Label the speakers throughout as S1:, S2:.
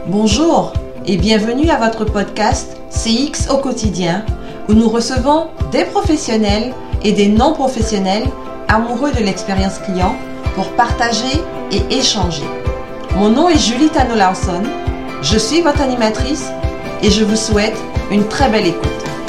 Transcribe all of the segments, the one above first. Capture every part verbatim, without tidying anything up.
S1: Bonjour et bienvenue à votre podcast C X au quotidien où nous recevons des professionnels et des non-professionnels amoureux de l'expérience client pour partager et échanger. Mon nom est Julie Tano-Larson, je suis votre animatrice et je vous souhaite une très belle écoute.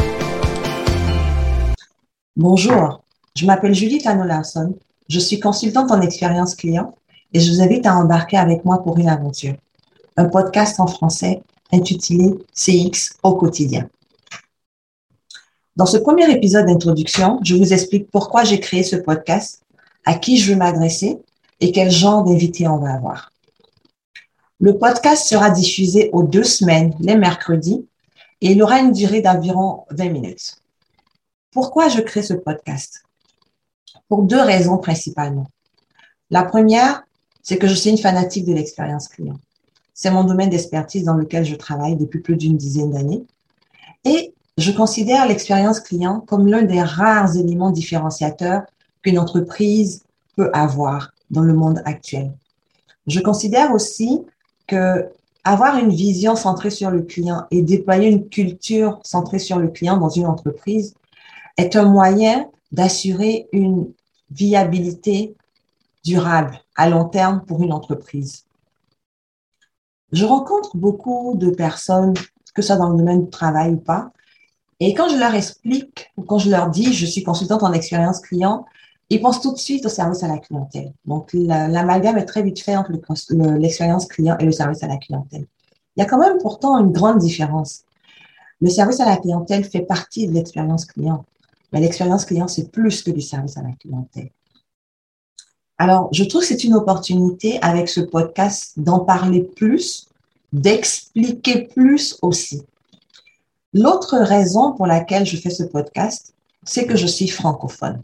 S1: Bonjour, je m'appelle Julie Tano-Larson, je suis consultante en expérience client et je vous invite à embarquer avec moi pour une aventure. Un podcast en français intitulé C X au quotidien. Dans ce premier épisode d'introduction, je vous explique pourquoi j'ai créé ce podcast, à qui je veux m'adresser et quel genre d'invité on va avoir. Le podcast sera diffusé aux deux semaines, les mercredis, et il aura une durée d'environ vingt minutes. Pourquoi je crée ce podcast? Pour deux raisons principalement. La première, c'est que je suis une fanatique de l'expérience client. C'est mon domaine d'expertise dans lequel je travaille depuis plus d'une dizaine d'années. Et je considère l'expérience client comme l'un des rares éléments différenciateurs qu'une entreprise peut avoir dans le monde actuel. Je considère aussi que avoir une vision centrée sur le client et déployer une culture centrée sur le client dans une entreprise est un moyen d'assurer une viabilité durable à long terme pour une entreprise. Je rencontre beaucoup de personnes, que ce soit dans le domaine du travail ou pas, et quand je leur explique ou quand je leur dis je suis consultante en expérience client, ils pensent tout de suite au service à la clientèle. Donc, la, l'amalgame est très vite fait entre le, le, l'expérience client et le service à la clientèle. Il y a quand même pourtant une grande différence. Le service à la clientèle fait partie de l'expérience client, mais l'expérience client, c'est plus que du service à la clientèle. Alors, je trouve que c'est une opportunité avec ce podcast d'en parler plus, d'expliquer plus aussi. L'autre raison pour laquelle je fais ce podcast, c'est que je suis francophone.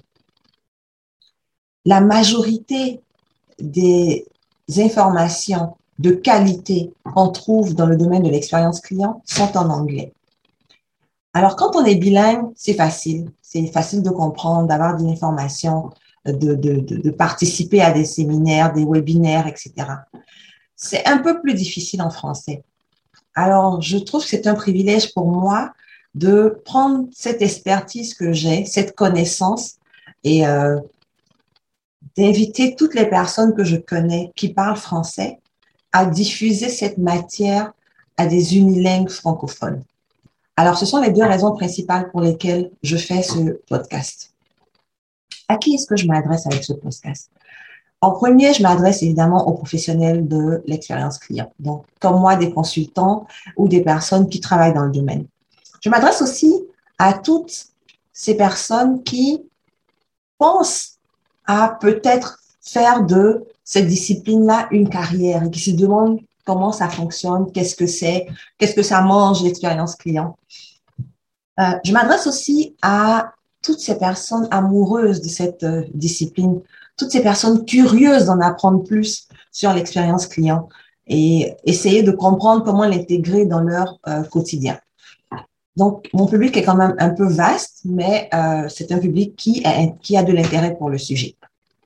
S1: La majorité des informations de qualité qu'on trouve dans le domaine de l'expérience client sont en anglais. Alors, quand on est bilingue, c'est facile. C'est facile de comprendre, d'avoir de l'information, de, de, de, de participer à des séminaires, des webinaires, et cetera. C'est un peu plus difficile en français. Alors, je trouve que c'est un privilège pour moi de prendre cette expertise que j'ai, cette connaissance et euh, d'inviter toutes les personnes que je connais qui parlent français à diffuser cette matière à des unilingues francophones. Alors, ce sont les deux raisons principales pour lesquelles je fais ce podcast. À qui est-ce que je m'adresse avec ce podcast? En premier, je m'adresse évidemment aux professionnels de l'expérience client, donc comme moi, des consultants ou des personnes qui travaillent dans le domaine. Je m'adresse aussi à toutes ces personnes qui pensent à peut-être faire de cette discipline-là une carrière et qui se demandent comment ça fonctionne, qu'est-ce que c'est, qu'est-ce que ça mange l'expérience client. Euh, je m'adresse aussi à toutes ces personnes amoureuses de cette euh, discipline, toutes ces personnes curieuses d'en apprendre plus sur l'expérience client et essayer de comprendre comment l'intégrer dans leur euh, quotidien. Donc, mon public est quand même un peu vaste, mais euh, c'est un public qui a, qui a de l'intérêt pour le sujet.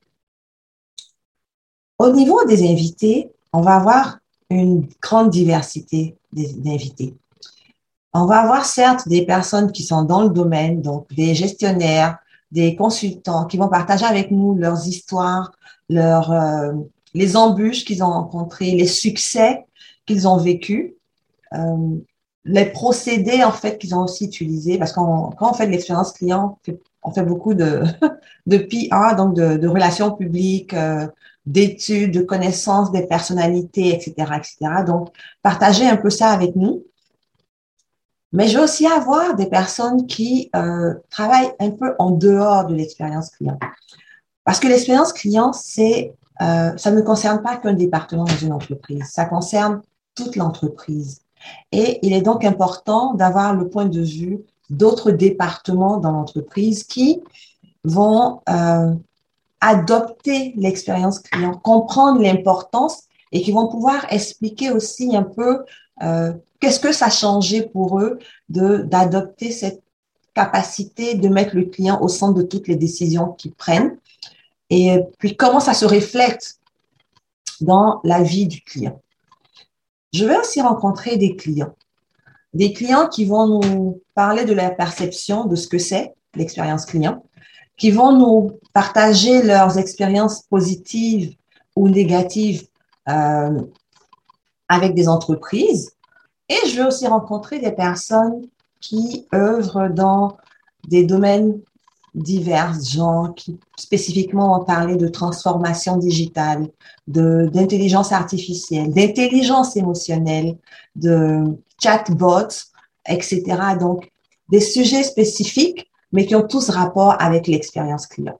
S1: Au niveau des invités, on va avoir une grande diversité d'invités. On va avoir certes des personnes qui sont dans le domaine, donc des gestionnaires, des consultants qui vont partager avec nous leurs histoires, leurs, euh, les embûches qu'ils ont rencontrées, les succès qu'ils ont vécus, euh, les procédés en fait qu'ils ont aussi utilisés, parce qu'on quand on fait de l'expérience client, on fait beaucoup de, de P R, donc de, de relations publiques, euh, d'études, de connaissances des personnalités, et cetera, et cetera. Donc, partager un peu ça avec nous. Mais je vais aussi avoir des personnes qui euh, travaillent un peu en dehors de l'expérience client. Parce que l'expérience client, c'est, euh, ça ne concerne pas qu'un département dans une entreprise, ça concerne toute l'entreprise. Et il est donc important d'avoir le point de vue d'autres départements dans l'entreprise qui vont euh, adopter l'expérience client, comprendre l'importance et qui vont pouvoir expliquer aussi un peu euh, qu'est-ce que ça a changé pour eux de, d'adopter cette capacité de mettre le client au centre de toutes les décisions qu'ils prennent et puis comment ça se reflète dans la vie du client. Je vais aussi rencontrer des clients. Des clients qui vont nous parler de leur perception de ce que c'est l'expérience client, qui vont nous partager leurs expériences positives ou négatives euh, avec des entreprises. Et je vais aussi rencontrer des personnes qui œuvrent dans des domaines divers, gens qui spécifiquement vont parler de transformation digitale, de, d'intelligence artificielle, d'intelligence émotionnelle, de chatbots, et cetera. Donc, des sujets spécifiques, mais qui ont tous rapport avec l'expérience client.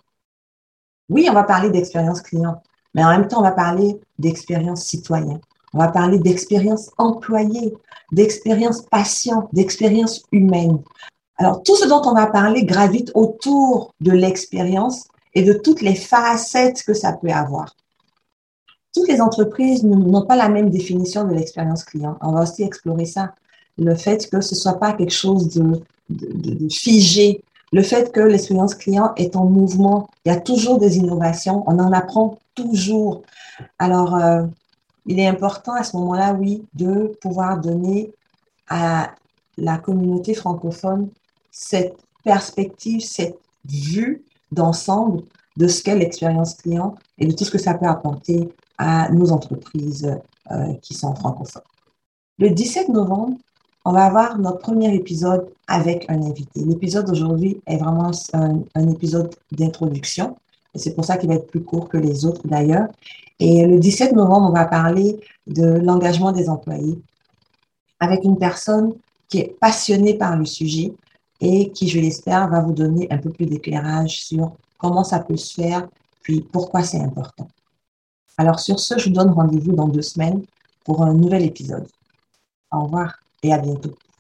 S1: Oui, on va parler d'expérience client, mais en même temps, on va parler d'expérience citoyen. On va parler d'expérience employée, d'expérience patient, d'expérience humaine. Alors, tout ce dont on va parler gravite autour de l'expérience et de toutes les facettes que ça peut avoir. Toutes les entreprises n'ont pas la même définition de l'expérience client. On va aussi explorer ça. Le fait que ce soit pas quelque chose de, de, de figé. Le fait que l'expérience client est en mouvement. Il y a toujours des innovations. On en apprend toujours. Alors, euh, il est important à ce moment-là, oui, de pouvoir donner à la communauté francophone cette perspective, cette vue d'ensemble de ce qu'est l'expérience client et de tout ce que ça peut apporter à nos entreprises euh, qui sont francophones. Le dix-sept novembre, on va avoir notre premier épisode avec un invité. L'épisode d'aujourd'hui est vraiment un, un épisode d'introduction. C'est pour ça qu'il va être plus court que les autres d'ailleurs. Et le dix-sept novembre, on va parler de l'engagement des employés avec une personne qui est passionnée par le sujet et qui, je l'espère, va vous donner un peu plus d'éclairage sur comment ça peut se faire, puis pourquoi c'est important. Alors sur ce, je vous donne rendez-vous dans deux semaines pour un nouvel épisode. Au revoir et à bientôt.